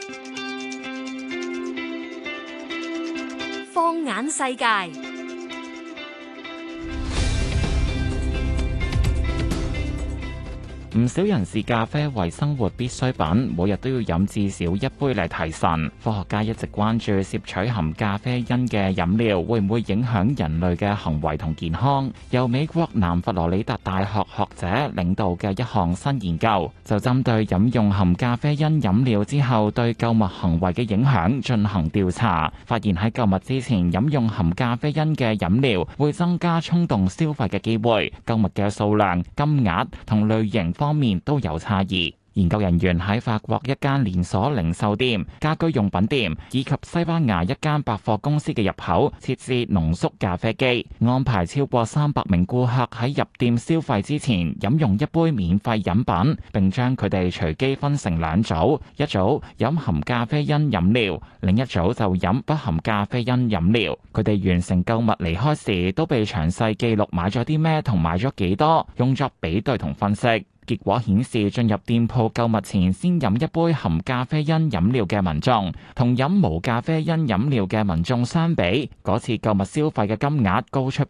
放眼世界。 唔少人視咖啡為生活必需品，每日都要飲至少一杯嚟提神。科學家一直關注攝取含咖啡因嘅飲料會唔會影響人類嘅行為同健康。由美國南佛羅里達大學學者領導嘅一項新研究，就針對飲用含咖啡因飲料之後對購物行為嘅影響進行調查，發現喺購物之前飲用含咖啡因嘅飲料會增加衝動消費嘅機會，購物嘅數量、金額同類型方面都有差異。研究人員喺法國一間連鎖零售店、家居用品店以及西班牙一間百貨公司嘅入口設置濃縮咖啡機，安排超過300名顧客喺入店消費之前飲用一杯免費飲品，並將佢哋隨機分成兩組，一組飲含咖啡因飲料，另一組就飲不含咖啡因飲料。佢哋完成購物離開時都被詳細記錄買咗啲咩同買咗幾多，用作比對同分析。結果顯示，進入店鋪購物前先飲一杯含咖啡因飲料嘅民眾，同飲無咖啡因飲料嘅民眾相比，嗰次購物消費嘅金額高出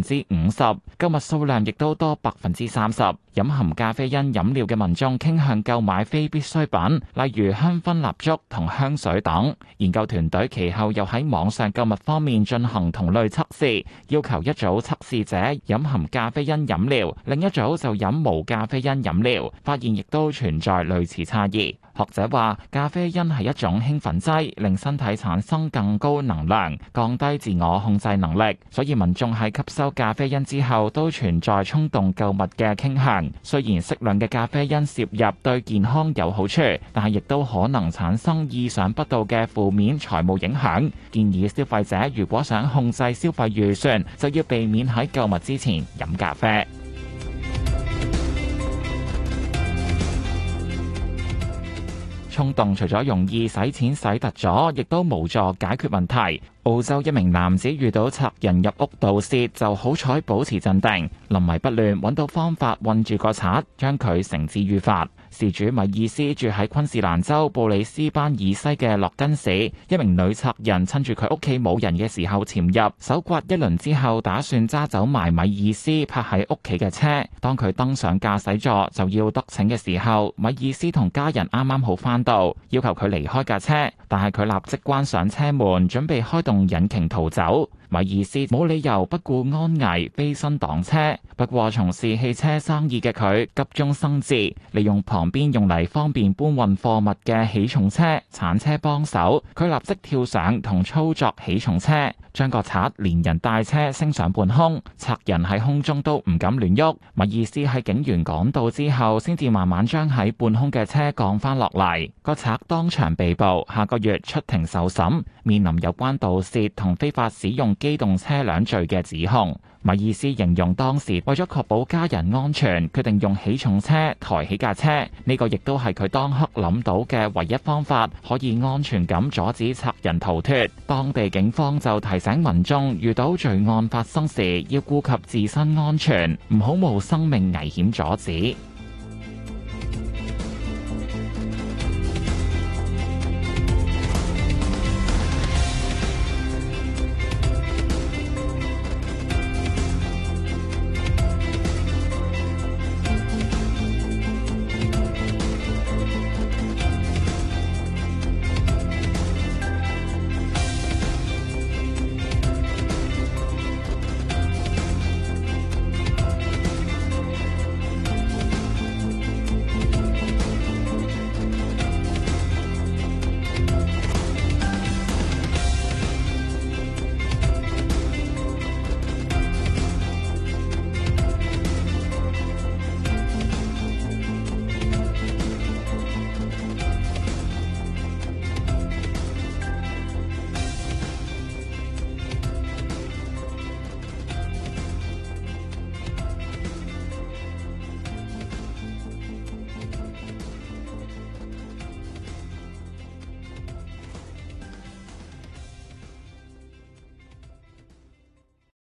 50%，購物數量亦都多30%。飲含咖啡因飲料嘅民眾傾向購買非必需品，例如香薰蠟燭同香水等。研究團隊其後又喺網上購物方面進行同類測試，要求一組測試者飲含咖啡因飲料，另一組就飲無咖啡因飲料，發現亦都存在類似差異。學者話，咖啡因係一種興奮劑，令身體產生更高能量，降低自我控制能力，所以民眾喺吸收咖啡因之後都存在衝動購物嘅傾向。雖然適量嘅咖啡因攝入對健康有好處，但係亦都可能產生意想不到嘅負面財務影響。建議消費者如果想控制消費預算，就要避免喺購物之前飲咖啡。衝動除咗容易使錢使突咗，亦都無助解決問題。澳洲一名男子遇到賊人入屋盜竊，就好彩保持鎮定，臨危不亂，揾到方法困住個賊，將佢繩之於法。事主米爾斯住喺昆士蘭州布里斯班以西嘅洛根市，一名女賊人趁住佢屋企冇人嘅時候潛入，搜刮一輪之後，打算揸走埋米爾斯泊喺屋企嘅車。當佢登上駕駛座就要得逞嘅時候，米爾斯同家人啱啱好返到，要求佢離開架車，但係佢立即關上車門，準備開動引擎逃走。米爾斯冇理由不顧安危飛身擋車，不過從事汽車生意嘅佢急中生智，利用旁邊用嚟方便搬運貨物嘅起重車、鏟車幫手，佢立即跳上同操作起重車，將個賊連人帶車升上半空，賊人喺空中都唔敢亂喐。米爾斯喺警員趕到之後，先至慢慢將喺半空嘅車降翻落嚟。個賊當場被捕，下個月出庭受審，面臨有關盜竊同非法使用機動車輛罪嘅指控。米爾斯形容當時為咗確保家人安全，決定用起重車抬起架車，呢個亦都係佢當刻諗到嘅唯一方法，可以安全咁阻止賊人逃脫。當地警方就提醒民眾，遇到罪案發生時，要顧及自身安全，唔好冒生命危險阻止。